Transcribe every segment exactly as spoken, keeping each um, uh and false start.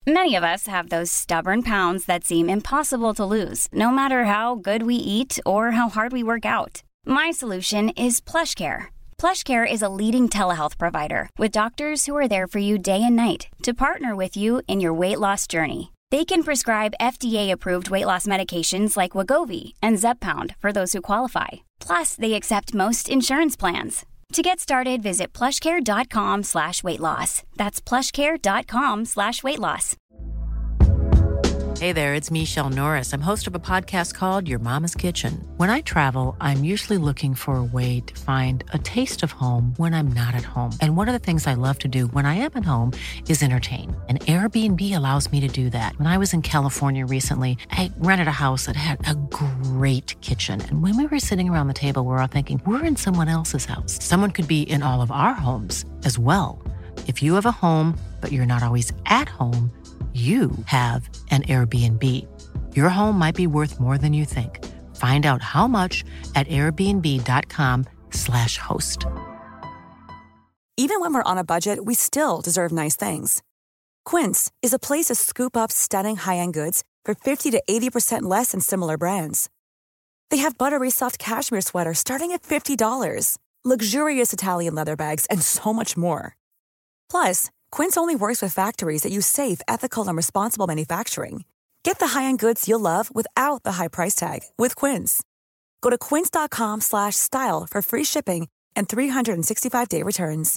Many of us have those stubborn pounds that seem impossible to lose, no matter how good we eat or how hard we work out. My solution is PlushCare. PlushCare is a leading telehealth provider with doctors who are there for you day and night to partner with you in your weight loss journey. They can prescribe F D A-approved weight loss medications like Wegovy and Zepbound for those who qualify. Plus, they accept most insurance plans. To get started, visit plushcare.com slash weight loss. That's plushcare.com slash weight loss. Hey there, it's Michelle Norris. I'm host of a podcast called Your Mama's Kitchen. When I travel, I'm usually looking for a way to find a taste of home when I'm not at home. And one of the things I love to do when I am at home is entertain. And Airbnb allows me to do that. When I was in California recently, I rented a house that had a great kitchen. And when we were sitting around the table, we were all thinking, we're in someone else's house. Someone could be in all of our homes as well. If you have a home, but you're not always at home, you have an Airbnb. Your home might be worth more than you think. Find out how much at airbnb.com slash host. Even when we're on a budget, we still deserve nice things. Quince is a place to scoop up stunning high-end goods for fifty to eighty percent less than similar brands. They have buttery soft cashmere sweaters starting at fifty dollars, luxurious Italian leather bags, and so much more. Plus, Quince only works with factories that use safe, ethical, and responsible manufacturing. Get the high-end goods you'll love without the high price tag with Quince. Go to quince.com slash style for free shipping and three sixty-five day returns.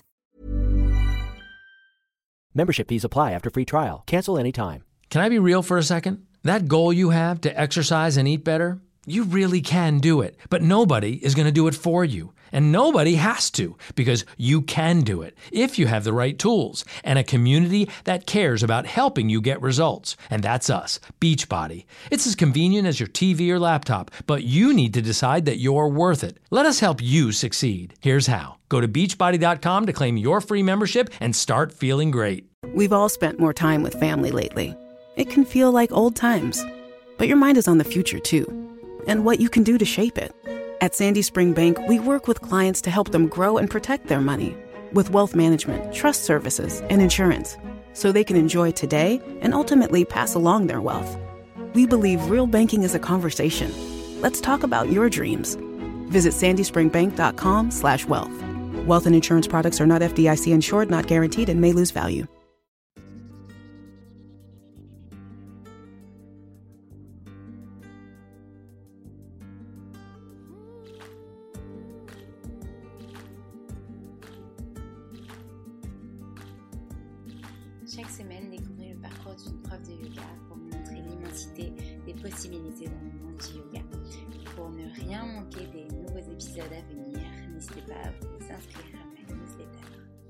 Membership fees apply after free trial. Cancel anytime. Can I be real for a second? That goal you have to exercise and eat better, you really can do it, but nobody is going to do it for you. And nobody has to, because you can do it if you have the right tools and a community that cares about helping you get results. And that's us, Beachbody. It's as convenient as your T V or laptop, but you need to decide that you're worth it. Let us help you succeed. Here's how. Go to beachbody dot com to claim your free membership and start feeling great. We've all spent more time with family lately. It can feel like old times, but your mind is on the future too, and what you can do to shape it. At Sandy Spring Bank, we work with clients to help them grow and protect their money with wealth management, trust services, and insurance, so they can enjoy today and ultimately pass along their wealth. We believe real banking is a conversation. Let's talk about your dreams. Visit sandyspringbank.com slash wealth. Wealth and insurance products are not F D I C insured, not guaranteed, and may lose value. Chaque semaine, découvrez le parcours d'une prof de yoga pour vous montrer l'immensité des possibilités dans le monde du yoga. Pour ne rien manquer des nouveaux épisodes à venir, n'hésitez pas à vous inscrire à ma newsletter.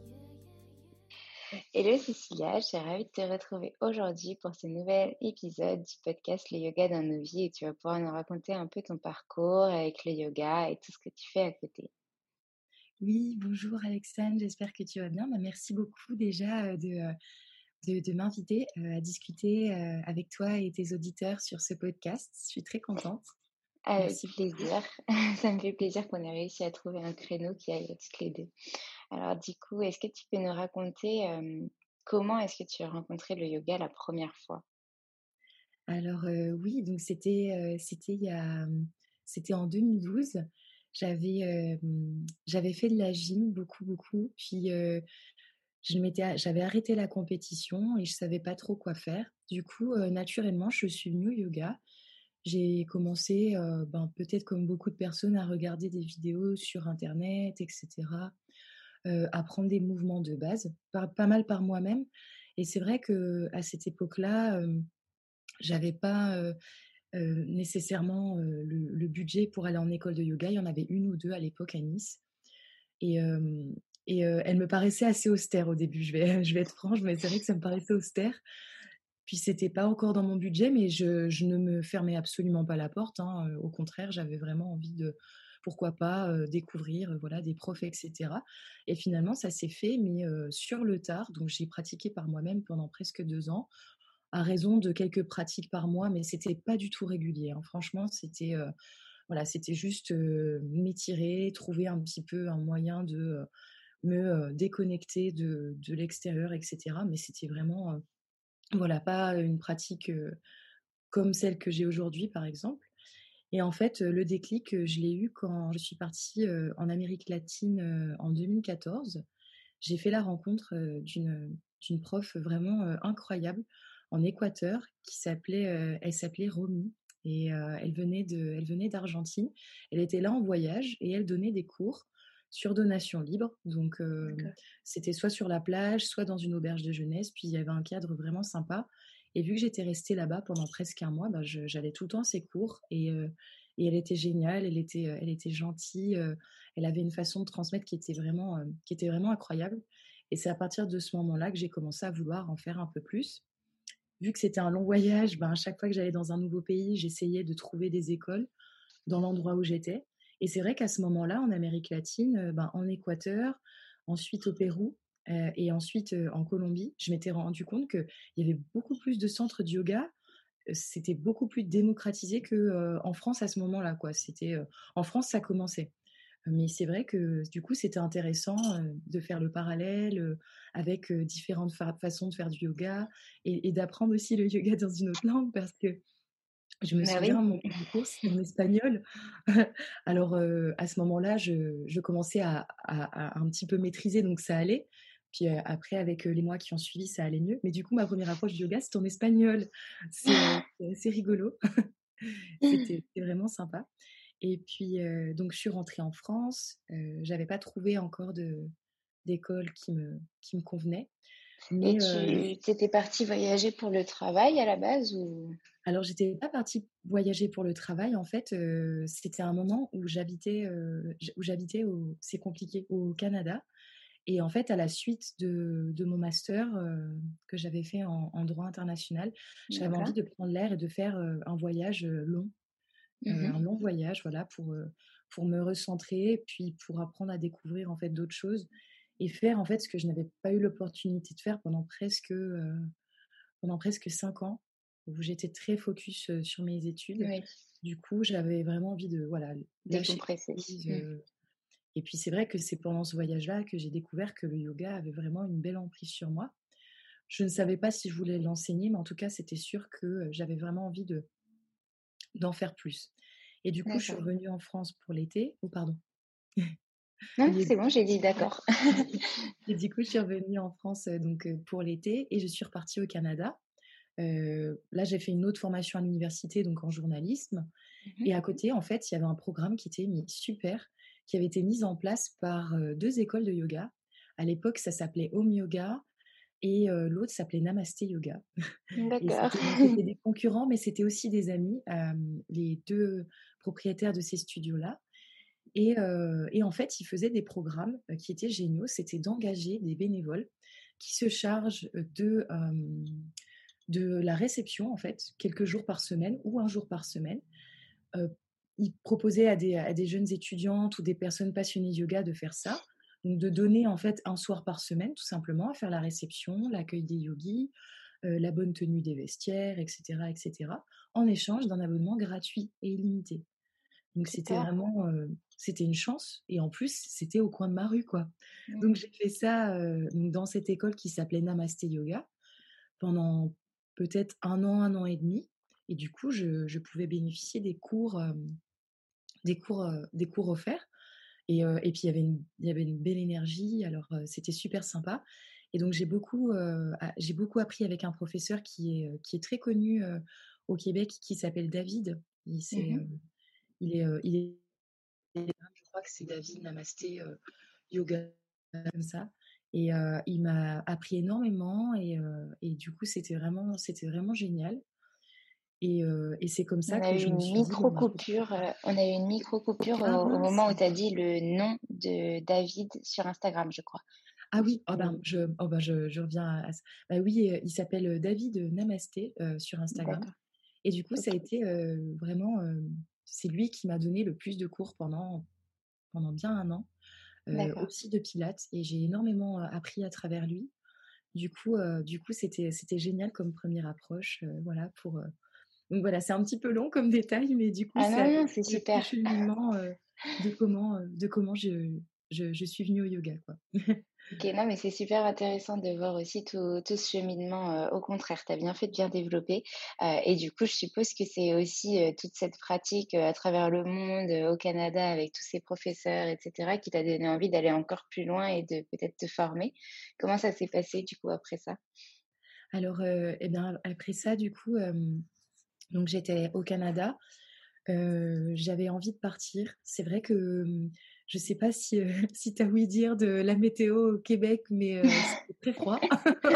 Hello Cécilia, je suis ravie de te retrouver aujourd'hui pour ce nouvel épisode du podcast Le Yoga dans nos vies, et tu vas pouvoir nous raconter un peu ton parcours avec le yoga et tout ce que tu fais à côté. Oui, bonjour Alexandre, j'espère que tu vas bien. Bah, merci beaucoup déjà de, de, de m'inviter à discuter avec toi et tes auditeurs sur ce podcast. Je suis très contente. Avec merci. Plaisir. Ça me fait plaisir qu'on ait réussi à trouver un créneau qui aille à toutes les deux. Alors du coup, est-ce que tu peux nous raconter euh, comment est-ce que tu as rencontré le yoga la première fois? Alors euh, oui, donc c'était, euh, c'était, il y a, c'était en deux mille douze. J'avais, euh, j'avais fait de la gym beaucoup, beaucoup. Puis, euh, je m'étais, j'avais arrêté la compétition et je ne savais pas trop quoi faire. Du coup, euh, naturellement, je suis venue au yoga. J'ai commencé, euh, ben, peut-être comme beaucoup de personnes, à regarder des vidéos sur Internet, et cetera. Euh, apprendre des mouvements de base, pas, pas mal par moi-même. Et c'est vrai qu'à cette époque-là, euh, je n'avais pas... Euh, Euh, nécessairement euh, le, le budget pour aller en école de yoga. Il y en avait une ou deux à l'époque à Nice. Et, euh, et euh, elle me paraissait assez austère au début, je vais, je vais être franche, mais c'est vrai que ça me paraissait austère. Puis c'était pas encore dans mon budget, mais je, je ne me fermais absolument pas la porte. Hein. Au contraire, j'avais vraiment envie de, pourquoi pas, euh, découvrir euh, voilà, des profs, et cetera. Et finalement, ça s'est fait, mais euh, sur le tard. Donc j'ai pratiqué par moi-même pendant presque deux ans, à raison de quelques pratiques par mois, mais c'était pas du tout régulier. Hein. Franchement, c'était, euh, voilà, c'était juste euh, m'étirer, trouver un petit peu un moyen de euh, me euh, déconnecter de, de l'extérieur, et cetera. Mais c'était vraiment euh, Voilà, pas une pratique, heu, comme celle que j'ai aujourd'hui, par exemple. Et en fait, heu, le déclic, heu, je l'ai eu quand je suis partie, heu, en Amérique latine, heu, en deux mille quatorze. J'ai fait la rencontre, heu, d'une, d'une prof vraiment, heu, incroyable en Équateur qui s'appelait, heu, elle s'appelait Romy et heu, elle venait de elle venait d'Argentine. Elle était là en voyage et elle donnait des cours sur donation libre. Donc hem, D'accord. c'était soit sur la plage, soit dans une auberge de jeunesse, puis il y avait un cadre vraiment sympa et vu que j'étais restée là-bas pendant presque un mois, bah, je j'allais tout le temps à ses cours et heu et elle était géniale, elle était, heu, elle était gentille, heu, elle avait une façon de transmettre qui était vraiment, heu, qui était vraiment incroyable et c'est à partir de ce moment-là que j'ai commencé à vouloir en faire un peu plus. Vu que c'était un long voyage, ben, à chaque fois que j'allais dans un nouveau pays, j'essayais de trouver des écoles dans l'endroit où j'étais et c'est vrai qu'à ce moment-là, en Amérique latine, heu, ben, en Équateur, ensuite au Pérou, heu et ensuite, heu, en Colombie, je m'étais rendu compte qu'il y avait beaucoup plus de centres de yoga. Heu, c'était beaucoup plus démocratisé que, heu, en France à ce moment-là, quoi. C'était, heu, en France, ça commençait. Mais c'est vrai que du coup, c'était intéressant, heu, de faire le parallèle, heu, avec, heu, différentes fa façons de faire du yoga et et d'apprendre aussi le yoga dans une autre langue parce que je me Bah souviens, oui. mon premier cours, c'était en espagnol. Alors, heu, à ce moment-là, je je commençais à à à un petit peu maîtriser, donc ça allait. Puis, heu, après avec, heu, les mois qui ont suivi, ça allait mieux. Mais du coup, ma première approche du yoga, c'était en espagnol. C'est, heu, c'est assez rigolo. C'était c'était vraiment sympa. Et puis, heu, donc je suis rentrée en France, heu, j'avais pas trouvé encore de d'école qui me qui me convenait, Et mais heu, le tu t'étais partie voyager pour le travail à la base ou? alors j'étais pas partie voyager pour le travail en fait, heu, c'était un moment où j'habitais, heu, j où j'habitais au c'est compliqué, au Canada et en fait à la suite de de mon master, heu, que j'avais fait en en droit international, j'avais envie D'accord. de prendre l'air et de faire, heu, un voyage, heu, long. Heu, un Mmh. long voyage, voilà, pour, heu, pour me recentrer, puis pour apprendre à découvrir, en fait, d'autres choses et faire, en fait, ce que je n'avais pas eu l'opportunité de faire pendant presque, heu, pendant presque cinq ans, où j'étais très focus, heu, sur mes études. Oui, Du coup, j'avais vraiment envie de, voilà, lâcher décompresser. prise, Mmh. heu et puis c'est vrai que c'est pendant ce voyage-là que j'ai découvert que le yoga avait vraiment une belle emprise sur moi. Je ne savais pas si je voulais l'enseigner, mais en tout cas, c'était sûr que, heu, j'avais vraiment envie de d'en faire plus et du coup, je suis D'accord. revenue en France pour l'été. Oh pardon. Non, Oui et c'est bon, j'ai dit d'accord. et du coup, je suis revenue en France, heu, donc heu, pour l'été et je suis repartie au Canada. Heu, là, j'ai fait une autre formation à l'université, donc en journalisme Mmh. et à côté, en fait, il y avait un programme qui était, mais super, qui avait été mis en place par, heu, deux écoles de yoga. À l'époque, ça s'appelait Home Yoga et heu, l'autre s'appelait Namasté Yoga et D'accord. c'était donc c'était des concurrents, mais c'était aussi des amis, hem, les deux propriétaires de ces studios-là. Et heu et en fait, ils faisaient des programmes, heu, qui étaient géniaux. C'était d'engager des bénévoles qui se chargent, heu, de, hem, de la réception, en fait, quelques jours par semaine ou un jour par semaine. Heu, Ils proposaient à des à des jeunes étudiantes ou des personnes passionnées de yoga de faire ça. Donc de donner, en fait, un soir par semaine, tout simplement, à faire la réception, l'accueil des yogis, heu, la bonne tenue des vestiaires et cetera et cetera, en échange d'un abonnement gratuit et illimité. Donc c'était Super. vraiment, heu, c'était une chance et en plus, c'était au coin de ma rue, quoi. Donc Mmh. j'ai fait ça, heu, donc dans cette école qui s'appelait Namasté Yoga pendant peut-être un an, un an et demi et du coup, je je pouvais bénéficier des cours, hem, des cours, heu, des cours offerts et heu et puis il y avait une il y avait une belle énergie, alors, heu, c'était super sympa et donc j'ai beaucoup, heu, a j'ai beaucoup appris avec un professeur qui est, heu, qui est très connu, heu, au Québec, qui s'appelle David. Il s'est, Mmh. heu, il est, heu, il est je crois que c'est David Namasté, heu, Yoga, comme ça et heu, il m'a appris énormément et heu et du coup, c'était vraiment c'était vraiment génial et heu et c'est comme ça On a que eu je me une suis dit: «Bon, bah, micro-coupure, heu, on a eu une micro-coupure ah au au moment mince! où tu as dit le nom de David sur Instagram, je crois. Ah oui, ah ben, Heu, je oh bah, je je reviens à ça. Bah oui, heu, il s'appelle, heu, David, Namasté, heu, sur Instagram d'accord, et du coup, ça a OK, été, heu, vraiment, hem, c'est lui qui m'a donné le plus de cours pendant pendant bien un an, heu, d'accord. aussi de pilates et j'ai énormément, heu, appris à travers lui. Du coup, heu, du coup, c'était c'était génial comme première approche, heu, voilà pour, heu donc voilà, c'est un petit peu long comme détail, mais du coup, Ah c'est non, avec non, c'est le tout super. cheminement, heu, de comment, heu, de comment je je, je suis venue au yoga, quoi. OK, non, mais c'est super intéressant de voir aussi tout tout ce cheminement, heu, au contraire, tu as bien fait de bien développer, heu et du coup, je suppose que c'est aussi, heu, toute cette pratique, heu, à travers le monde, heu, au Canada avec tous ces professeurs et cetera qui t'a donné envie d'aller encore plus loin et de peut-être te former. Comment ça s'est passé du coup après ça? Alors, heu et bien, après ça, du coup, hem, donc j'étais au Canada. Heu, j'avais envie de partir. C'est vrai que, hem, je sais pas si, heu, si tu as ouï dire de la météo au Québec, mais heu, c'est très froid.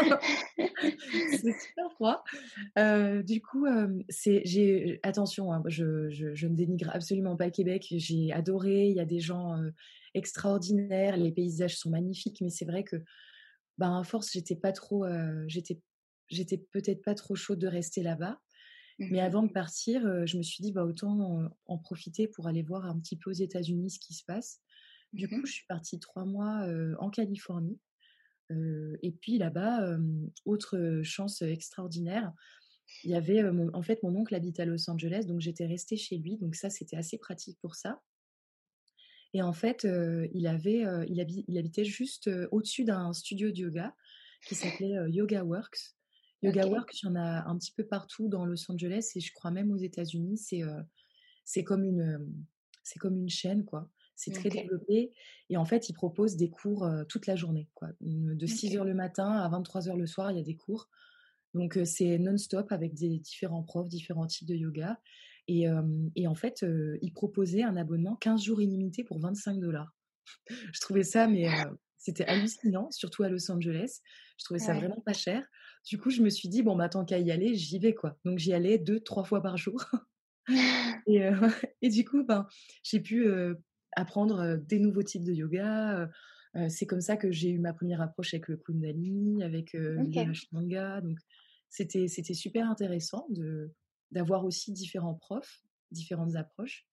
C'est super froid. Heu, du coup, hem, c'est j'ai attention, hein, je je je ne dénigre absolument pas le Québec. J'ai adoré, il y a des gens, heu, extraordinaires, les paysages sont magnifiques, mais c'est vrai que, ben, à force, j'étais pas trop, heu, j'étais j'étais peut-être pas trop chaude de rester là-bas. Mais Mmh. avant de partir, heu, je me suis dit: «Bah, autant, heu, en profiter pour aller voir un petit peu aux États-Unis ce qui se passe». Du coup, je Mmh. suis partie trois mois, heu, en Californie, heu et puis là-bas, hem, autre, heu, chance extraordinaire, il y avait, heu, mon en fait, mon oncle habite à Los Angeles, donc j'étais restée chez lui, donc ça, c'était assez pratique pour ça et en fait, heu, il avait, heu, il habi il habitait juste, heu, au-dessus d'un studio de yoga qui s'appelait, heu, Yoga Works. Yoga OK, Works, il y en a un petit peu partout dans Los Angeles et je crois même aux États-Unis. C'est, heu, c'est comme une, hem, c'est comme une chaîne, quoi. C'est très OK, développé et en fait, ils proposent des cours, heu, toute la journée, quoi. Mmh, de six OK. heures le matin à vingt-trois heures le soir, il y a des cours. Donc, heu, c'est non-stop avec des différents profs, différents types de yoga et hem et en fait, heu, ils proposaient un abonnement quinze jours illimité pour vingt-cinq dollars. Je trouvais ça mais, heu, c'était hallucinant, surtout à Los Angeles. Je trouvais ça Ouais. vraiment pas cher. Du coup, je me suis dit: «Bon, bah, tant qu'à y aller, j'y vais, quoi». Donc j'y allais deux trois fois par jour et heu et du coup, ben, j'ai pu, heu, apprendre, heu, des nouveaux types de yoga, heu heu, c'est comme ça que j'ai eu ma première approche avec le Kundalini, avec, heu, OK. l'Ashtanga, donc c'était c'était super intéressant de d'avoir aussi différents profs, différentes approches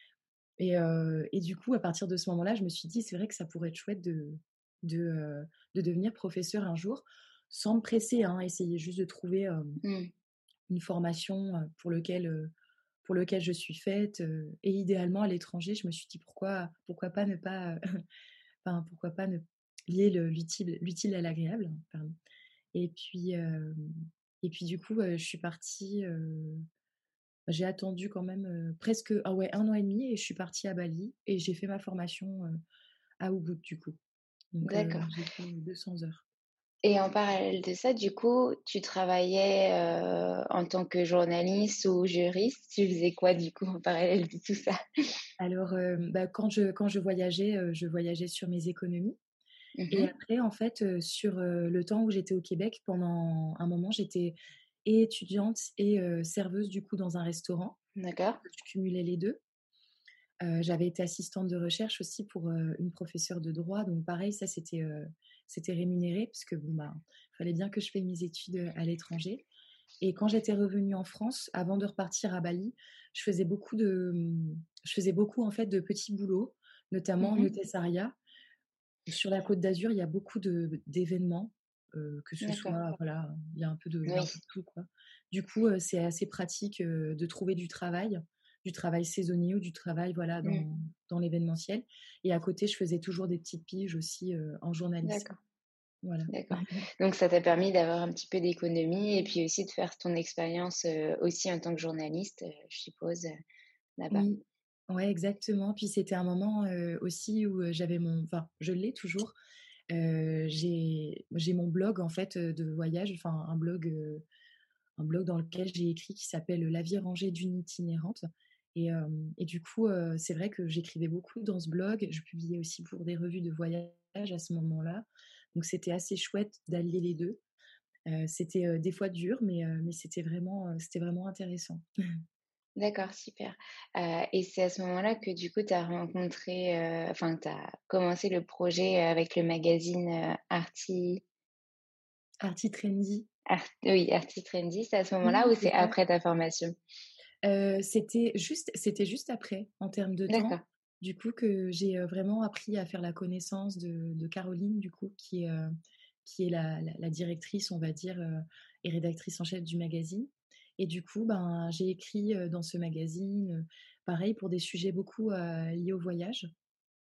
et heu et du coup, à partir de ce moment-là, je me suis dit: «C'est vrai que ça pourrait être chouette de de, heu, de devenir professeur un jour», sans me presser, hein, essayer juste de trouver, hem, Mmh. une formation, heu, pour lequel, heu, pour lequel je suis faite, heu et idéalement à l'étranger. Je me suis dit: «Pourquoi pourquoi pas ne pas, heu, enfin, pourquoi pas ne lier le l'utile l'utile à l'agréable?» Pardon et puis, hem et puis du coup, heu, je suis partie, heu, j'ai attendu quand même, heu, presque ah ouais, un an et demi et je suis partie à Bali et j'ai fait ma formation, heu, à Ubud du coup. Donc, heu, D'accord. j'ai fait deux cents heures. Et en parallèle de ça, du coup, tu travaillais, heu, en tant que journaliste ou juriste? Tu faisais quoi, du coup, en parallèle de tout ça? Alors, hem, bah, quand je quand je voyageais, heu, je voyageais sur mes économies. Et Mmh. après, en fait, heu, sur, heu, le temps où j'étais au Québec, pendant un moment, j'étais et étudiante et heu, serveuse, du coup, dans un restaurant. D'accord. Je cumulais les deux. Heu, j'avais été assistante de recherche aussi pour, heu, une professeure de droit, donc pareil, ça, c'était, heu, c'était rémunéré parce que, bon, bah, fallait bien que je paye mes études, heu, à l'étranger et quand j'étais revenue en France, avant de repartir à Bali, je faisais beaucoup de, mmh, je faisais beaucoup, en fait, de petits boulots, notamment Mmh. notariat. Sur la Côte d'Azur, il y a beaucoup de d'événements, heu, que ce D'accord. soit voilà, il y a un peu de il y a un Oui. peu de tout, quoi. Du coup, heu, c'est assez pratique, heu, de trouver du travail, du travail saisonnier ou du travail, voilà, Mmh. dans dans l'événementiel et à côté, je faisais toujours des petites piges aussi, heu, en journalisme. D'accord, Voilà. d'accord. Donc ça t'a permis d'avoir un petit peu d'économie et puis aussi de faire ton expérience, heu, aussi en tant que journaliste, heu, je suppose, heu, là-bas? Oui, ouais, exactement. Puis c'était un moment, heu, aussi où, heu, j'avais mon enfin, je l'ai toujours, heu, j'ai j'ai mon blog, en fait, heu, de voyage, enfin un blog, heu un blog dans lequel j'ai écrit qui s'appelle «La vie rangée d'une itinérante» et hem et du coup, heu, c'est vrai que j'écrivais beaucoup dans ce blog. Je publiais aussi pour des revues de voyage à ce moment-là. Donc c'était assez chouette d'allier les deux. Heu, c'était, heu, des fois dur, mais heu, mais c'était vraiment, heu, c'était vraiment intéressant. D'accord, super. Heu et c'est à ce moment-là que du coup tu as rencontré, heu, enfin tu as commencé le projet avec le magazine, heu, Arty Arty Trendy. Art oui, Arty Trendy, c'est à ce moment-là Oui, ou c'est c'est ça. après ta formation? Heu, c'était juste c'était juste après, en termes de temps, D'accord, du coup, que j'ai, heu, vraiment appris à faire la connaissance de de Caroline, du coup, qui est, heu, qui est la la la directrice, on va dire, heu et rédactrice en chef du magazine et du coup, ben, j'ai écrit, heu, dans ce magazine, heu, pareil pour des sujets beaucoup, heu, liés au voyage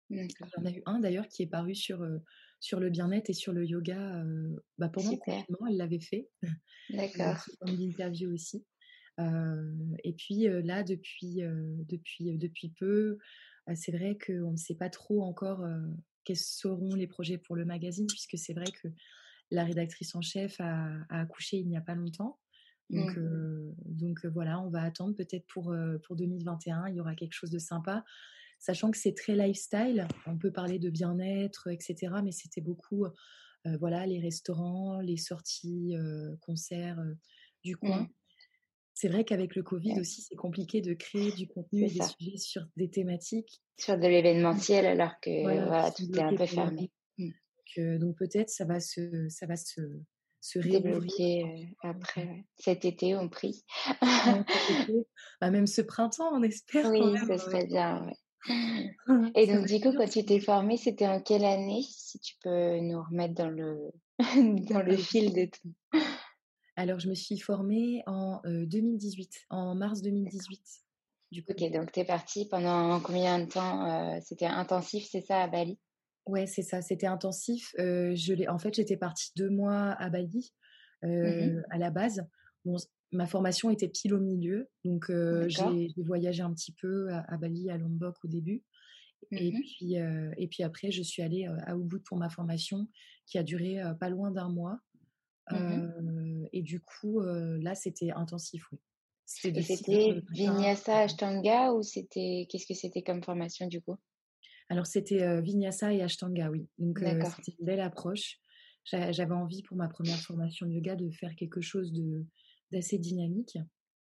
Il D'accord. y en a eu un d'ailleurs qui est paru sur, heu, sur le bien-être et sur le yoga, heu, bah, pendant le Super. confinement, elle l'avait fait, heu, D'accord. sous forme d'interview aussi. Heu et puis, heu, là depuis, heu, depuis, heu, depuis peu, heu, c'est vrai qu'on ne sait pas trop encore, heu, quels seront les projets pour le magazine puisque c'est vrai que la rédactrice en chef a a accouché il n'y a pas longtemps. Donc, Mmh. heu, donc, heu, voilà, on va attendre peut-être pour, heu, pour deux mille vingt et un, il y aura quelque chose de sympa. Sachant que c'est très lifestyle, on peut parler de bien-être, et cetera, mais c'était beaucoup, heu, voilà, les restaurants, les sorties, heu, concerts, heu, du Mmh. coin. C'est vrai qu'avec le covid Ouais, aussi, c'est compliqué de créer du contenu c'est et des ça. sujets sur des thématiques Sur de l'événementiel alors que, voilà, qui voilà, sont tout est un bloquées peu pour le moment. fermé. Mmh. Donc, heu, donc peut-être ça va se ça va se se réouvrir Débloquer, heu, tranquillement. après, ouais. Cet été, on prie. Ouais, cet été, bah, même ce printemps, on espère quand Oui, même, ce serait bien, ouais. heu, Et ça donc va du être coup, dur quand tu sinon. t'es formée, c'était en quelle année? Si tu peux nous remettre dans le dans le Ah oui. fil de tout. Alors je me suis formée en, heu, deux mille dix-huit, en mars D'accord. deux mille dix-huit, du coup. OK, donc tu es partie pendant combien de temps, heu, c'était intensif, c'est ça, à Bali? Ouais, c'est ça, c'était intensif, heu, je l'ai en fait, j'étais partie deux mois à Bali, Mmh mh. heu, à la base. Bon s ma formation était pile au milieu, donc heu, D'accord. j'ai j'ai voyagé un petit peu à à Bali, à Lombok au début Mmh et mh. puis, heu et puis après je suis allée, heu, à Ubud pour ma formation qui a duré, heu, pas loin d'un mois, Mmh mh. heu et du coup, heu, là, c'était intensif, oui. C'était Et de six heures c'était le matin. Vinyasa Ashtanga ou c'était qu'est-ce que c'était comme formation du coup? Alors c'était, heu, Vinyasa et Ashtanga, oui. Donc heu, D'accord. c'était une belle approche. J'a j'avais envie pour ma première formation de yoga de faire quelque chose de d'assez dynamique.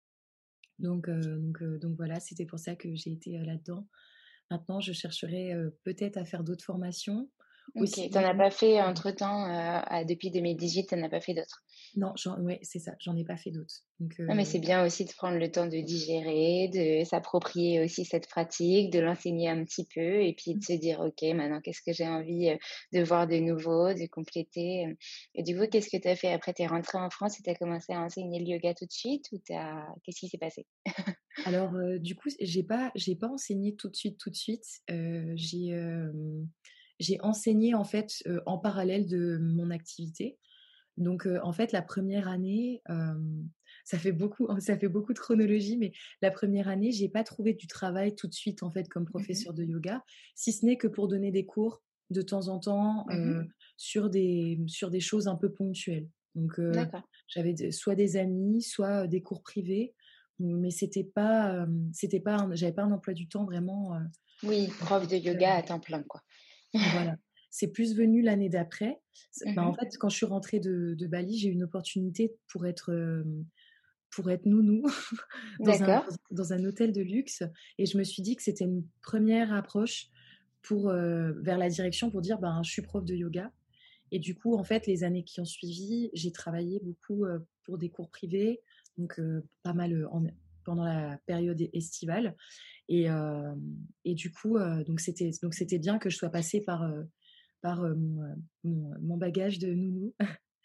Donc heu donc heu, donc voilà, c'était pour ça que j'ai été, heu, là-dedans. Maintenant, je chercherais, heu, peut-être à faire d'autres formations, OK, aussi tu en bien as pas fait entre-temps, heu, à depuis deux mille dix-huit, tu en as pas fait d'autres? non, j'en ouais, c'est ça, j'en ai pas fait d'autres. Donc Non, mais c'est heu, bien aussi de prendre le temps de digérer, de s'approprier aussi cette pratique, de l'enseigner un petit peu et puis de se dire: «OK, maintenant qu'est-ce que j'ai envie, heu, de voir de nouveau, de compléter?» Hem et du coup, qu'est-ce que tu as fait après? Tu es rentrée en France et tu as commencé à enseigner le yoga tout de suite ou tu as qu'est-ce qui s'est passé? alors, heu, du coup, j'ai pas j'ai pas enseigné tout de suite, tout de suite. Heu, j'ai, hem, j'ai enseigné en fait, heu, en parallèle de mon activité. Donc, heu, en fait, la première année, hem, ça fait beaucoup ça fait beaucoup de chronologie, mais la première année, j'ai pas trouvé du travail tout de suite, en fait, comme Mmh mh. professeur de yoga, si ce n'est que pour donner des cours de temps en temps, Mmh mh. heu, sur des sur des choses un peu ponctuelles. Donc, heu, D'accord. j'avais des soit des amis, soit, heu, des cours privés, mais c'était pas, hem, c'était pas un j'avais pas un emploi du temps vraiment, heu, Oui, prof de fixe, yoga à temps plein, quoi. voilà. C'est plus venu l'année d'après. C Mmh bah, en mh. fait, quand je suis rentrée de de Bali, j'ai eu une opportunité pour être, hem, pour être nounou dans un D'accord. dans dans un hôtel de luxe et je me suis dit que c'était une première approche pour, heu, vers la direction pour dire: «Ben, je suis prof de yoga» et du coup, en fait, les années qui ont suivi, j'ai travaillé beaucoup, heu, pour des cours privés, donc heu, pas mal, heu, en pendant la période estivale et hem et du coup, heu, donc c'était donc c'était bien que je sois passée par, heu, par, heu, mon, heu, mon, mon bagage de nounou.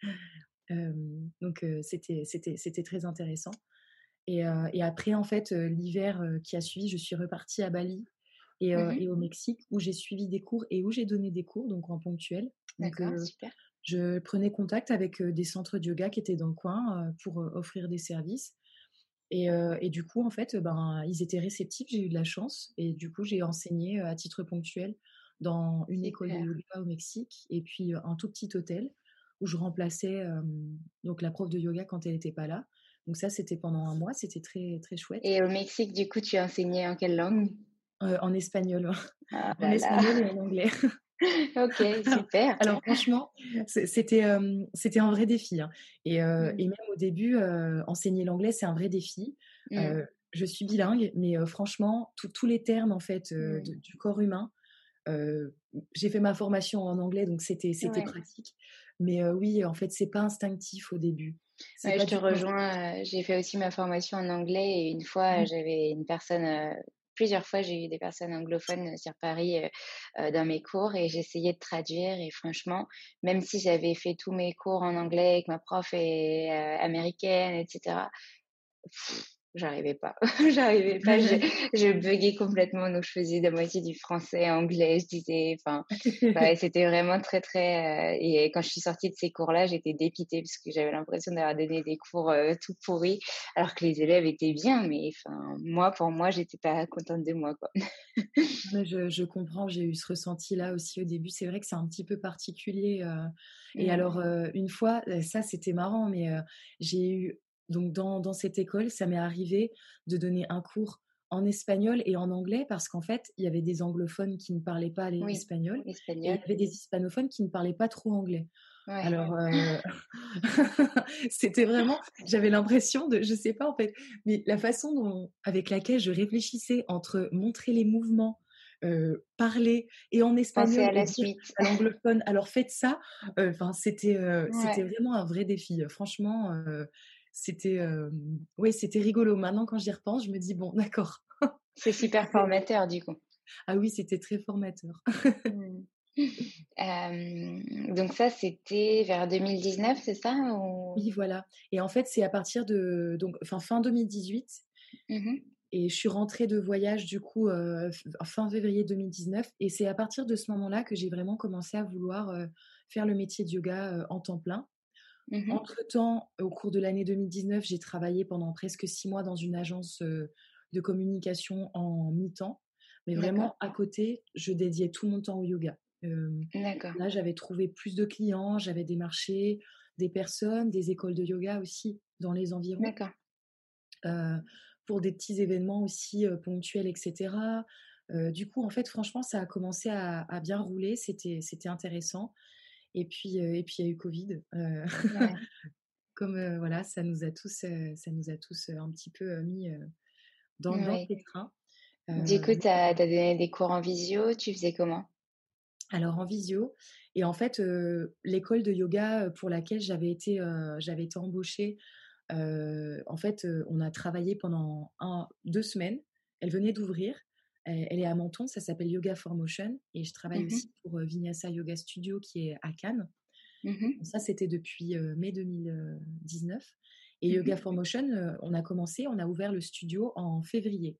Hem, donc heu, c'était c'était c'était très intéressant et heu et après en fait, heu, l'hiver, heu, qui a suivi, je suis repartie à Bali et Mmh heu mh. et au Mexique où j'ai suivi des cours et où j'ai donné des cours, donc en ponctuel. Donc D'accord, heu, super. je prenais contact avec, heu, des centres de yoga qui étaient dans le coin, heu, pour, heu, offrir des services et heu et du coup, en fait, ben, ils étaient réceptifs, j'ai eu de la chance et du coup, j'ai enseigné, heu, à titre ponctuel dans une école de Super. yoga au Mexique et puis, heu, un tout petit hôtel où je remplaçais, hem, donc la prof de yoga quand elle était pas là. Donc ça, c'était pendant un mois, c'était très, très chouette. Et au Mexique, du coup, tu enseignées en quelle langue? Heu, en espagnol, Ah en là là. espagnol et en anglais. OK, Alors super. alors franchement, c'est c'était, hem, c'était un vrai défi, hein et heu Mmh. et même au début, heu, enseigner l'anglais, c'est un vrai défi. Mmh. Heu, je suis bilingue, mais heu, franchement, tous tous les termes, en fait, heu, Mmh. de du corps humain, heu, j'ai fait ma formation en anglais, donc c'était c'était Ouais. pratique. Mais heu, oui, en fait, c'est pas instinctif au début. C'est Ouais, pas je te du tout instinctif. rejoins, heu, j'ai fait aussi ma formation en anglais et une fois, Mmh. j'avais une personne, heu plusieurs fois, j'ai eu des personnes anglophones, heu, sur Paris, heu heu, dans mes cours et j'essayais de traduire et franchement, même si j'avais fait tous mes cours en anglais et que ma prof est, heu, américaine et cetera, j'arrivais pas. J'arrivais pas, je je buggais complètement, donc je faisais la moitié du français, anglais, je disais enfin, ouais, c'était vraiment très, très, heu et quand je suis sortie de ces cours-là, j'étais dépitée parce que j'avais l'impression d'avoir donné des cours, heu, tout pourris, alors que les élèves étaient bien, mais enfin, moi, pour moi, j'étais pas contente de moi, quoi. Ouais, je je comprends, j'ai eu ce ressenti-là aussi au début. C'est vrai que c'est un petit peu particulier, heu et Mmh. alors, heu, une fois, heu, ça c'était marrant, mais heu, j'ai eu donc dans dans cette école, ça m'est arrivé de donner un cours en espagnol et en anglais parce qu'en fait, il y avait des anglophones qui ne parlaient pas Oui, l'espagnol et il y espagnol, avait des hispanophones qui ne parlaient pas trop anglais. ouais. Alors, heu, c'était vraiment j'avais l'impression de je sais pas en fait, mais la façon dont avec laquelle je réfléchissais entre montrer les mouvements, heu, parler et en Penser espagnol à et la dire suite. à l'anglophone: «Alors faites ça», heu, enfin c'était, heu, c'était Ouais, vraiment un vrai défi, heu, franchement, heu, c'était, hem, ouais, c'était rigolo. Maintenant quand j'y repense, je me dis: «Bon d'accord». c'est super formateur, du coup. Ah oui, c'était très formateur. Mmh. Hem, donc ça, c'était vers deux mille dix-neuf, c'est ça? Ou Oui, voilà et en fait, c'est à partir de donc enfin fin deux mille dix-huit. mmh. Et je suis rentrée de voyage du coup, heu, f fin février deux mille dix-neuf et c'est à partir de ce moment-là que j'ai vraiment commencé à vouloir, heu, faire le métier de yoga, heu, en temps plein. Mmh. Entre-temps, au cours de l'année deux mille dix-neuf, j'ai travaillé pendant presque six mois dans une agence, heu, de communication en mi-temps. Mais D'accord, vraiment à côté, je dédiais tout mon temps au yoga. Hem, d'accord, là, j'avais trouvé plus de clients, j'avais démarché des personnes, des écoles de yoga aussi dans les environs d'accord. heu, pour des petits événements aussi, heu, ponctuels et cetera. Heu, du coup, en fait, franchement, ça a commencé à à bien rouler, c'était c'était intéressant et puis, heu et puis il y a eu covid, heu, Ouais. comme, heu, voilà, ça nous a tous, heu, ça nous a tous, heu, un petit peu, heu, mis, heu, dans dans le Oui. pétrin. Du Heu, coup, tu as donné des cours en visio, tu faisais comment? alors en visio et en fait, heu, l'école de yoga, heu, pour laquelle j'avais été, heu, j'avais été embauchée, heu, en fait, heu, on a travaillé pendant un deux semaines. Elle venait d'ouvrir. Elle elle est à Menton, ça s'appelle Yoga for Motion et je travaille Mmh mh. aussi pour, heu, Vinyasa Yoga Studio qui est à Cannes. Mmh. Donc ça, c'était depuis, heu, mai deux mille dix-neuf et Yoga Mmh. for Motion, heu, on a commencé, on a ouvert le studio en février.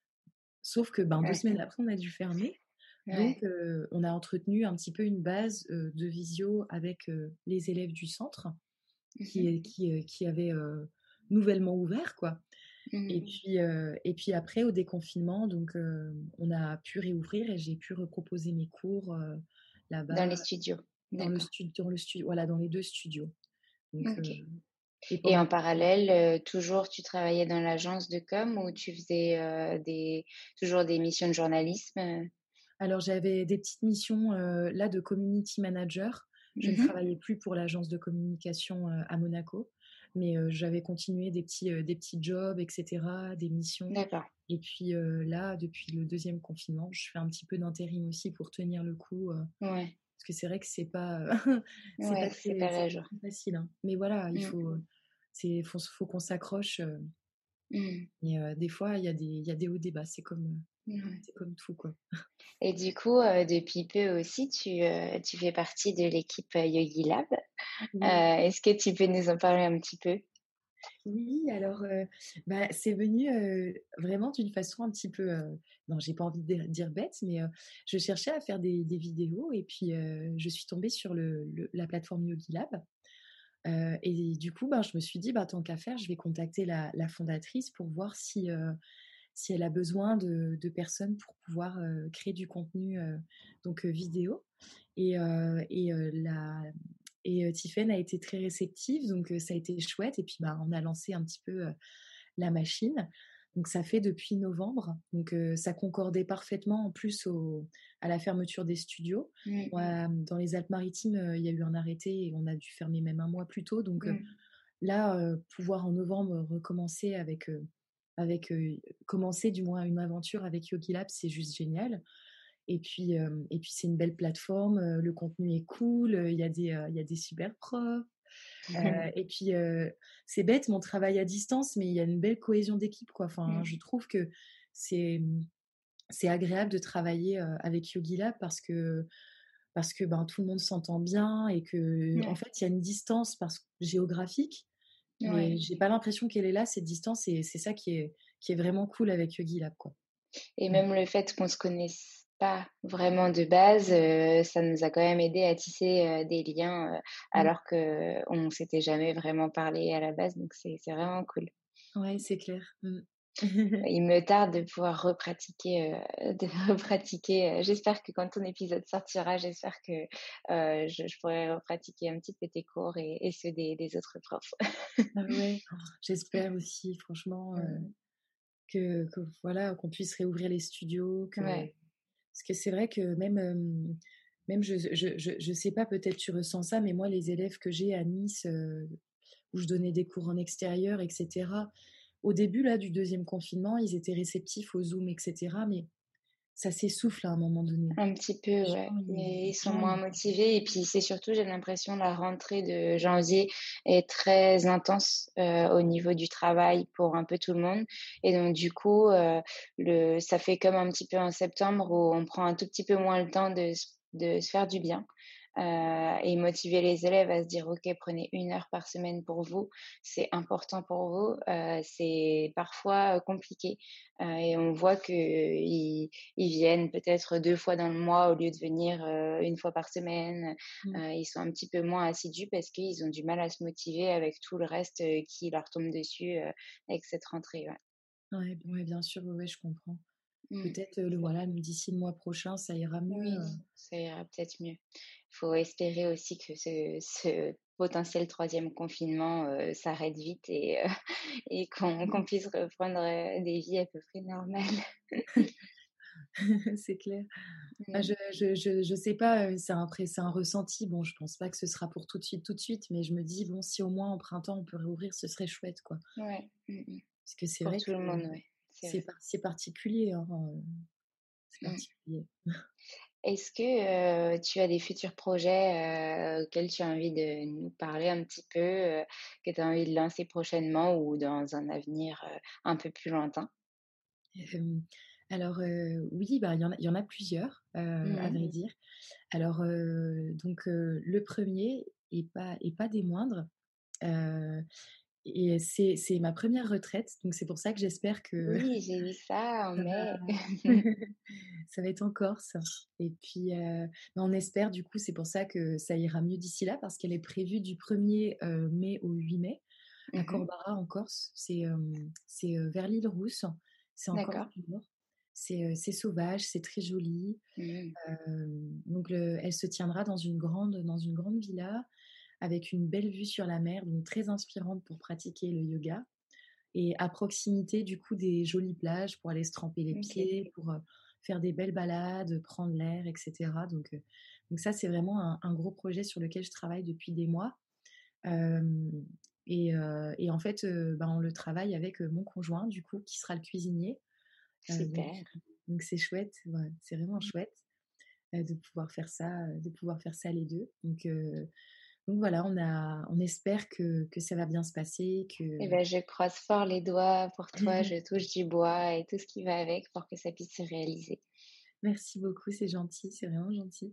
Sauf que, ben, deux Ouais, semaines après, on a dû fermer. Donc, ouais. heu, on a entretenu un petit peu une base, heu, de visio avec, heu, les élèves du centre Mmh mh. qui qui, heu, qui avaient, heu, nouvellement ouvert, quoi. Et Mmh. puis, heu et puis après au déconfinement, donc, heu, on a pu réouvrir et j'ai pu reproposer mes cours, heu, Dans là-bas les studios? dans le D'accord. stu dans le stu voilà, dans les deux studios. Donc, OK. heu et Et pendant en parallèle, heu, toujours tu travaillais dans l'agence de com ou tu faisais, heu, des toujours des missions de journalisme, heu? alors j'avais des petites missions, heu, là de community manager. Je ne Mmh mh. travaillais plus pour l'agence de communication, heu, à Monaco, mais, heu, j'avais continué des petits, heu, des petits jobs et cetera, des missions D'accord. et puis, heu, là, depuis le deuxième confinement, je fais un petit peu d'intérim aussi pour tenir le coup, heu, Ouais, parce que c'est vrai que c'est pas, heu, c'est pas ouais, c'est très pas c'est la pas joie. très facile, hein. Mais voilà, il Mmh. faut, c'est faut faut qu'on s'accroche, heu Mmh. et heu, des fois, il y a des il y a des hauts, des bas. C'est comme, heu, Ouais. c'est comme tout, quoi. Et du coup, heu, depuis peu aussi, tu, heu, tu fais partie de l'équipe, heu, Yogi Lab. Heu, Oui. est-ce que tu peux nous en parler un petit peu? Oui, alors, heu, bah, c'est venu, heu, vraiment d'une façon un petit peu, heu, non, j'ai pas envie de dire dire bête, mais, heu, je cherchais à faire des des vidéos et puis, heu, je suis tombée sur le le la plateforme YogiLab, heu et du coup, ben, je me suis dit: «Bah, tant qu'à faire, je vais contacter la la fondatrice pour voir si, heu, si elle a besoin de de personnes pour pouvoir, heu, créer du contenu, heu, donc, heu, vidéo» et heu et heu, la et heu, Tiphaine a été très réceptive, donc, heu, ça a été chouette et puis, bah, on a lancé un petit peu, heu, la machine. Donc ça fait depuis novembre, donc, heu, ça concordait parfaitement en plus au à la fermeture des studios. Mmh. Moi, dans les Alpes-Maritimes, heu, il y a eu un arrêté et on a dû fermer même un mois plus tôt, donc, heu, Mmh. là, heu, pouvoir en novembre recommencer avec, heu avec, heu, commencer du moins une aventure avec YogiLab, c'est juste génial. Et puis, hem et puis c'est une belle plateforme, heu, le contenu est cool, heu, il y a des, heu, il y a des super profs, heu et puis, heu, c'est bête, mon travail à distance, mais il y a une belle cohésion d'équipe, quoi. Enfin, je Mmh. trouve que c'est, mmh, c'est agréable de travailler, heu, avec YogiLab parce que parce que, ben, tout le monde s'entend bien et que en Ouais. fait, il y a une distance parce géographique, Mais Ouais. j'ai pas l'impression qu'elle est là, cette distance, et c'est ça qui est qui est vraiment cool avec Yogi Lab, quoi. Et Mmh. même le fait qu'on se connaisse pas vraiment de base, heu, ça nous a quand même aidé à tisser, heu, des liens, heu, Mmh. alors qu'on s'était jamais vraiment parlé à la base, donc c'est c'est vraiment cool. Ouais, c'est clair. Mmh. Il me tarde de pouvoir repratiquer, heu, de repratiquer, heu, j'espère que quand ton épisode sortira, j'espère que, heu, je je pourrai repratiquer un petit peu tes cours et et ceux des des autres profs. Ah ouais, oh, j'espère aussi franchement, heu, Mmh. que que voilà, qu'on puisse réouvrir les studios, que Ouais. parce que c'est vrai que même, hem, même je je je je sais pas, peut-être tu ressens ça, mais moi les élèves que j'ai à Nice, heu, où je donnais des cours en extérieur et cetera, au début là du deuxième confinement, ils étaient réceptifs au Zoom et cetera, mais ça s'essouffle à un moment donné. Un petit peu, Les ouais. gens ils Mais les ils sont gens moins ils motivés et puis c'est surtout, j'ai l'impression, la rentrée de janvier est très intense, heu, au niveau du travail pour un peu tout le monde et donc du coup, heu, le ça fait comme un petit peu en septembre où on prend un tout petit peu moins le temps de s de se faire du bien, heu et motiver les élèves à se dire: «OK, prenez une heure par semaine pour vous, c'est important pour vous», heu, c'est parfois, heu, compliqué, heu et on voit qu'ils ils viennent peut-être deux fois dans le mois au lieu de venir, heu, une fois par semaine. mmh, Heu, ils sont un petit peu moins assidus parce qu'ils ont du mal à se motiver avec tout le reste, heu, qui leur tombe dessus, heu, avec cette rentrée, ouais. ouais, ouais, bien sûr, ouais, ouais, je comprends. Mmh. Peut-être, heu, le C'est voilà, d'ici le mois prochain, ça ira mieux, Oui, heu. ça ira peut-être mieux. Il faut espérer aussi que ce ce potentiel troisième confinement, heu, s'arrête vite et heu et qu'on qu'on puisse reprendre, heu, des vies à peu près normales. C'est clair. Bah, Mmh. je je je je sais pas, heu, c'est un après c'est un ressenti. Bon, je pense pas que ce sera pour tout de suite, tout de suite, mais je me dis: «Bon, si au moins au printemps on peut réouvrir, ce serait chouette, quoi». Ouais. Mmh mh. Parce que c'est Pour vrai tout le que monde, ouais, c'est c'est vrai. par c'est particulier, hein, heu, c'est Mmh. particulier. Est-ce que, heu, tu as des futurs projets, heu, auxquels tu as envie de nous parler un petit peu, heu, que tu as envie de lancer prochainement ou dans un avenir, heu, un peu plus lointain? Hem, alors, heu, oui, bah, il y en a il y en a plusieurs, heu, à Mmh. vrai dire. Alors, heu, donc, heu, le premier er et pas et pas des moindres, heu et c'est c'est ma première retraite, donc c'est pour ça que j'espère que Oui, j'ai vu ça en ça va mai. ça va être en Corse et puis, heu, bah, on espère du coup, c'est pour ça que ça ira mieux d'ici là parce qu'elle est prévue du premier er mai au huit mai à Mmh. Corbara en Corse. C'est, hem, c'est, heu, vers l'île Rousse, c'est en Corse D'accord. du Nord. C'est, heu, c'est sauvage, c'est très joli. Mmh. Hem, donc le elle se tiendra dans une grande dans une grande villa avec une belle vue sur la mer, donc très inspirante pour pratiquer le yoga et à proximité du coup des jolies plages pour aller se tremper les OK. pieds, pour, heu, faire des belles balades, prendre l'air et cetera. Donc, heu, donc ça, c'est vraiment un un gros projet sur lequel je travaille depuis des mois. Hem et heu et en fait, heu, ben, on le travaille avec, heu, mon conjoint du coup qui sera le cuisinier. Heu, donc Super. donc c'est chouette, ouais, c'est vraiment chouette, heu, de pouvoir faire ça, heu, de pouvoir faire ça les deux. Donc, heu, donc voilà, on a on espère que que ça va bien se passer, Et que ben, je croise fort les doigts pour toi, je touche du bois et tout ce qui va avec pour que ça puisse se réaliser. merci beaucoup, c'est gentil, c'est vraiment gentil.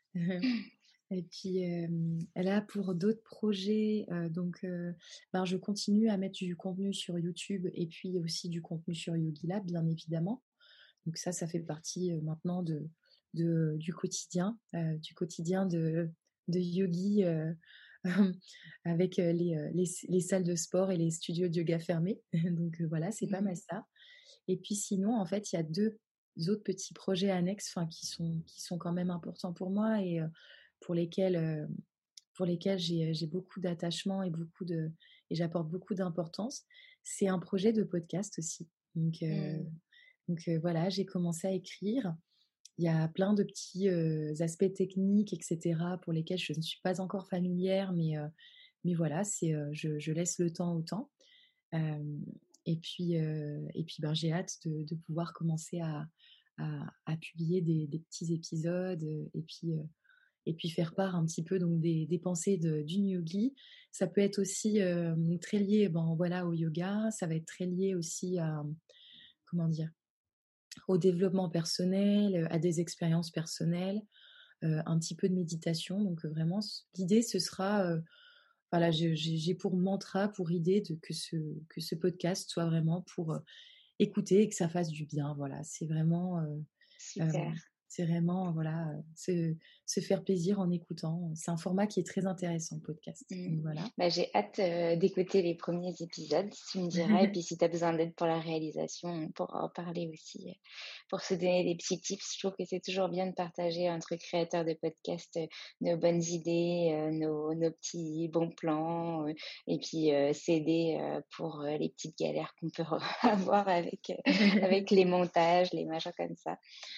Et puis, hem, là, pour d'autres projets, heu, donc, heu, ben, je continue à mettre du contenu sur YouTube et puis aussi du contenu sur YogiLab, bien évidemment. Donc ça, ça fait partie, heu, maintenant de de du quotidien, heu, du quotidien de de yogi, heu, avec, heu, les, heu, les s les salles de sport et les studios de yoga fermés. Donc, heu, voilà, c'est pas mal Mmh. ça. Et puis sinon, en fait, il y a deux autres petits projets annexes, enfin qui sont qui sont quand même importants pour moi et heu, pour lesquels, heu, pour lesquels j'ai, j'ai beaucoup d'attachement et beaucoup de et j'apporte beaucoup d'importance. C'est un projet de podcast aussi. Donc heu, Mmh. donc heu, voilà, j'ai commencé à écrire. Il y a plein de petits, heu, aspects techniques et cetera pour lesquels je ne suis pas encore familière, mais heu, mais voilà, c'est, heu, je je laisse le temps au temps. Hem et puis, heu et puis, ben, j'ai hâte de de pouvoir commencer à à à publier des des petits épisodes, heu et puis, heu et puis faire part un petit peu donc des des pensées de d'une yogi. Ça peut être aussi, hem, très lié, ben, voilà, au yoga. Ça va être très lié aussi à, comment dire? Au développement personnel, heu, à des expériences personnelles, heu, un petit peu de méditation donc, heu, vraiment c l'idée ce sera, heu voilà, j'ai, j'ai, j'ai pour mantra, pour idée de, que, ce, que ce podcast soit vraiment pour euh, écouter et que ça fasse du bien. Voilà, c'est vraiment, euh, euh, Super. c'est vraiment, voilà, euh, se, se faire plaisir en écoutant. C'est un format qui est très intéressant, le podcast. Mm. Donc voilà. Bah, j'ai hâte euh, d'écouter les premiers épisodes, tu me diras. Et puis, si tu as besoin d'aide pour la réalisation, on pourra en parler aussi. euh, Pour se donner des petits tips, je trouve que c'est toujours bien de partager entre créateurs de podcasts euh, nos bonnes idées, euh, nos, nos petits bons plans, euh, et puis euh, s'aider euh, pour euh, les petites galères qu'on peut avoir avec, euh, avec les montages, les machins comme ça.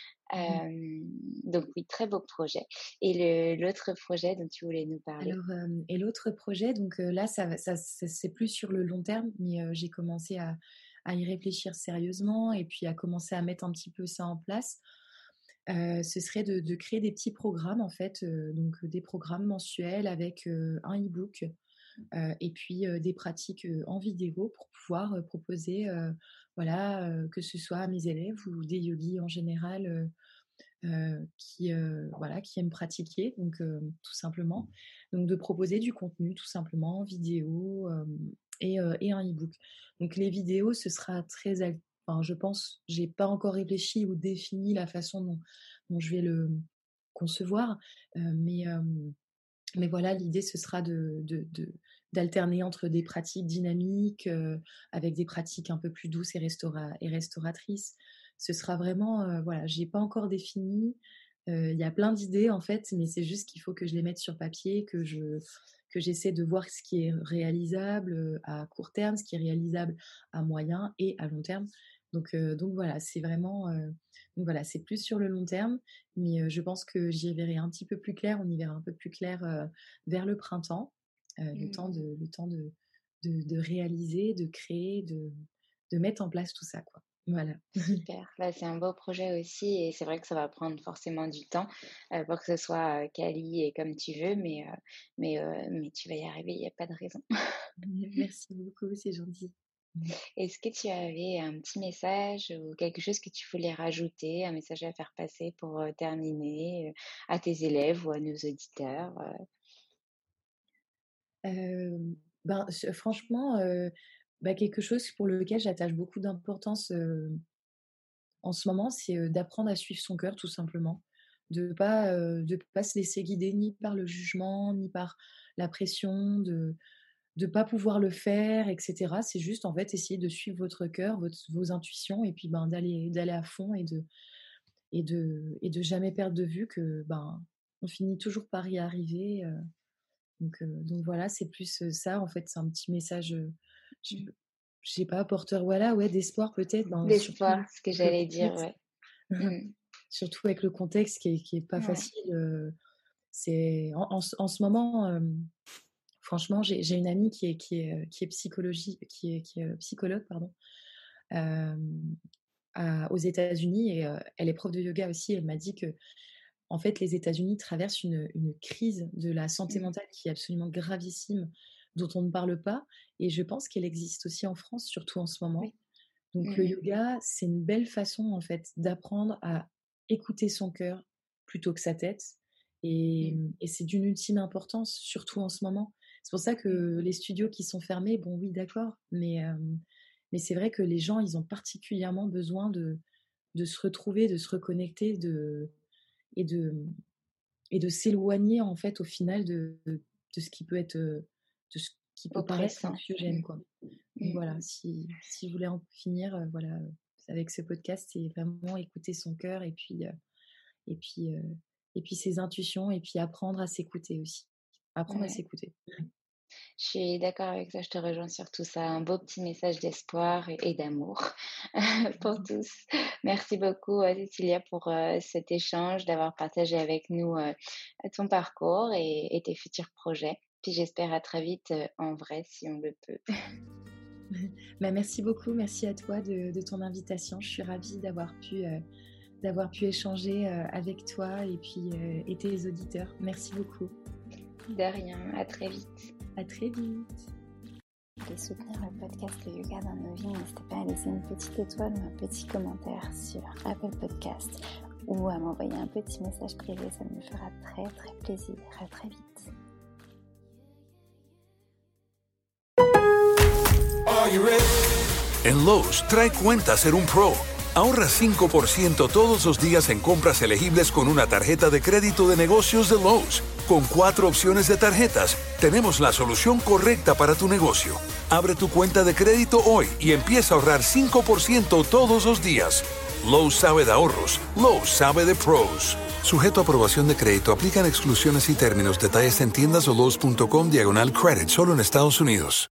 Euh, donc oui, très beau projet. Et le, l'autre projet dont tu voulais nous parler? Alors, euh, et l'autre projet, donc euh, là, ça, va- ça, ça- c'est plus sur le long terme, mais euh, j'ai commencé à, à y réfléchir sérieusement et puis à commencer à mettre un petit peu ça en place. Euh, ce serait de, de créer des petits programmes, en fait, euh, donc euh, des programmes mensuels avec euh, un e-book euh, et puis euh, des pratiques euh, en vidéo pour pouvoir euh, proposer, euh, voilà, euh, que ce soit à mes élèves ou des yogis en général. euh, euh, qui, euh, voilà, qui aiment pratiquer, donc euh, tout simplement. Donc de proposer du contenu tout simplement, vidéo euh, et, euh, et un e-book. Donc les vidéos, ce sera très... al- Enfin, je pense, j'ai pas encore réfléchi ou défini la façon dont, dont je vais le concevoir, euh, mais, euh, mais voilà, l'idée, ce sera de, de, de- d'alterner entre des pratiques dynamiques euh, avec des pratiques un peu plus douces et, restaura- et restauratrices. Ce sera vraiment, euh, voilà, j'ai pas encore défini. Euh, Il y a plein d'idées en fait, mais c'est juste qu'il faut que je les mette sur papier, que je que j'essaie de voir ce qui est réalisable euh, à court terme, ce qui est réalisable à moyen et à long terme. Donc, euh, donc voilà, c'est vraiment, euh, donc voilà, c'est plus sur le long terme, mais euh, je pense que j'y verrai un petit peu plus clair, on y verra un peu plus clair euh, vers le printemps, euh, le temps Mm. de, le temps de, de, de réaliser, de créer, de, de mettre en place tout ça, quoi. Voilà. Super. Là, c'est un beau projet aussi et c'est vrai que ça va prendre forcément du temps euh, pour que ce soit euh, quali et comme tu veux, mais, euh, mais, euh, mais tu vas y arriver, il n'y a pas de raison. Merci beaucoup, c'est gentil. Est-ce que tu avais un petit message ou quelque chose que tu voulais rajouter, un message à faire passer pour euh, terminer euh, à tes élèves ou à nos auditeurs? euh Euh, ben, je- franchement, euh, bah, quelque chose pour lequel j'attache beaucoup d'importance euh, en ce moment, c'est euh, d'apprendre à suivre son cœur, tout simplement. De pas, euh, de pas se laisser guider ni par le jugement, ni par la pression, de ne pas pouvoir le faire, et cetera. C'est juste, en fait, essayer de suivre votre cœur, votre, vos intuitions, et puis ben, d'aller, d'aller à fond et de, et, de, et de jamais perdre de vue que ben, on finit toujours par y arriver. euh, donc, euh, donc voilà, c'est plus euh, ça, en fait, c'est un petit message, euh, je, Mm. je sais pas, porteur, voilà, ouais, d'espoir peut-être, ben, surtout D'espoir, ce que avec le j'allais dire, contexte. ouais. Mm. Surtout avec le contexte qui est, qui est pas Ouais. facile. euh, c'est en, en, ce en ce moment, euh, franchement, j'ai j'ai une amie qui est qui est euh, qui est psychologie, qui est qui est euh, psychologue, pardon, euh, à- aux États-Unis et euh, elle est prof de yoga aussi. Elle m'a dit que en fait, les États-Unis traversent une, une crise de la santé Mm. mentale qui est absolument gravissime, dont on ne parle pas. Et je pense qu'elle existe aussi en France, surtout en ce moment. Oui. Donc le Mm, yoga, c'est une belle façon en fait d'apprendre à écouter son cœur plutôt que sa tête. Et, mm, et c'est d'une ultime importance, surtout en ce moment. C'est pour ça mm, que les studios qui sont fermés, bon oui, d'accord, mais, euh, mais c'est vrai que les gens, ils ont particulièrement besoin de, de se retrouver, de se reconnecter de, et de, et de s'éloigner en fait au final de, de ce qui peut être, de ce qui peut paraître oppressant. anxiogène, Mm, quoi. Donc mm. voilà, si, si vous voulez en finir, euh, voilà, euh, avec ce podcast, c'est vraiment écouter son cœur et puis, euh, et puis, euh, et puis ses intuitions et puis apprendre à s'écouter aussi. Apprendre à Ouais. s'écouter. Je suis d'accord avec ça, je te rejoins sur tout ça. Un beau petit message d'espoir et, et d'amour pour tous. Merci beaucoup, euh, Cécilia, pour euh, cet échange, d'avoir partagé avec nous euh, ton parcours et, et tes futurs projets. Puis j'espère à très vite euh, en vrai, si on le peut. Bah, merci beaucoup, merci à toi de, de ton invitation. Je suis ravie d'avoir pu, euh, d'avoir pu échanger euh, avec toi et puis euh, et tes auditeurs. Merci beaucoup. De rien, à très vite. À très vite. De soutenir le podcast Le Yoga dans nos vies, n'hésitez pas à laisser une petite étoile ou un petit commentaire sur Apple Podcast ou à m'envoyer un petit message privé, ça me fera très très plaisir. À très vite. Are you ready? En Lowe's, trae cuenta ser un pro. Ahorra cinco por ciento todos los días en compras elegibles con una tarjeta de crédito de negocios de Lowe's. Con cuatro opciones de tarjetas, tenemos la solución correcta para tu negocio. Abre tu cuenta de crédito hoy y empieza a ahorrar cinco por ciento todos los días. Lowe's sabe de ahorros. Lowe's sabe de pros. Sujeto a aprobación de crédito, aplican exclusiones y términos. Detalles en tiendas o lowes.com diagonal credit. Solo en Estados Unidos.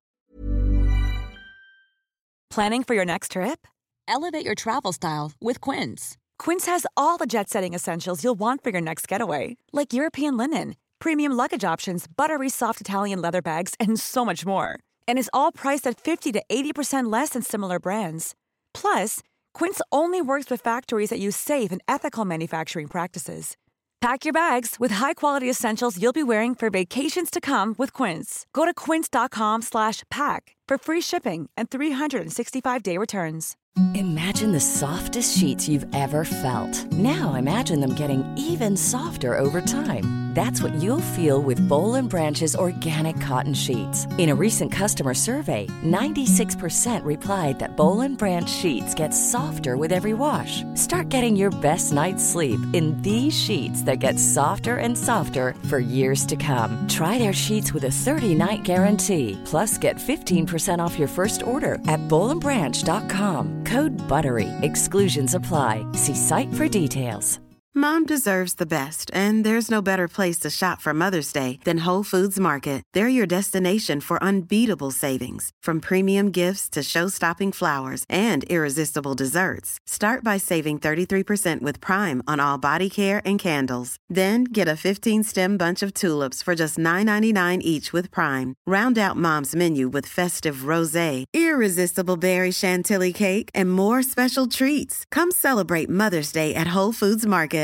Planning for your next trip? Elevate your travel style with Quince. Quince has all the jet-setting essentials you'll want for your next getaway, like European linen, premium luggage options, buttery soft Italian leather bags, and so much more. And is all priced at fifty to eighty percent less than similar brands. Plus, Quince only works with factories that use safe and ethical manufacturing practices. Pack your bags with high-quality essentials you'll be wearing for vacations to come with Quince. Go to quince.com slash pack for free shipping and three sixty-five day returns. Imagine the softest sheets you've ever felt. Now imagine them getting even softer over time. That's what you'll feel with Boll and Branch's organic cotton sheets. In a recent customer survey, ninety-six percent replied that Boll and Branch sheets get softer with every wash. Start getting your best night's sleep in these sheets that get softer and softer for years to come. Try their sheets with a thirty-night guarantee. Plus, get fifteen percent off your first order at boll and branch dot com. Code BUTTERY. Exclusions apply. See site for details. Mom deserves the best, and there's no better place to shop for Mother's Day than Whole Foods Market. They're your destination for unbeatable savings, from premium gifts to show-stopping flowers and irresistible desserts. Start by saving thirty-three percent with Prime on all body care and candles. Then get a fifteen-stem bunch of tulips for just nine ninety-nine each with Prime. Round out Mom's menu with festive rosé, irresistible berry chantilly cake, and more special treats. Come celebrate Mother's Day at Whole Foods Market.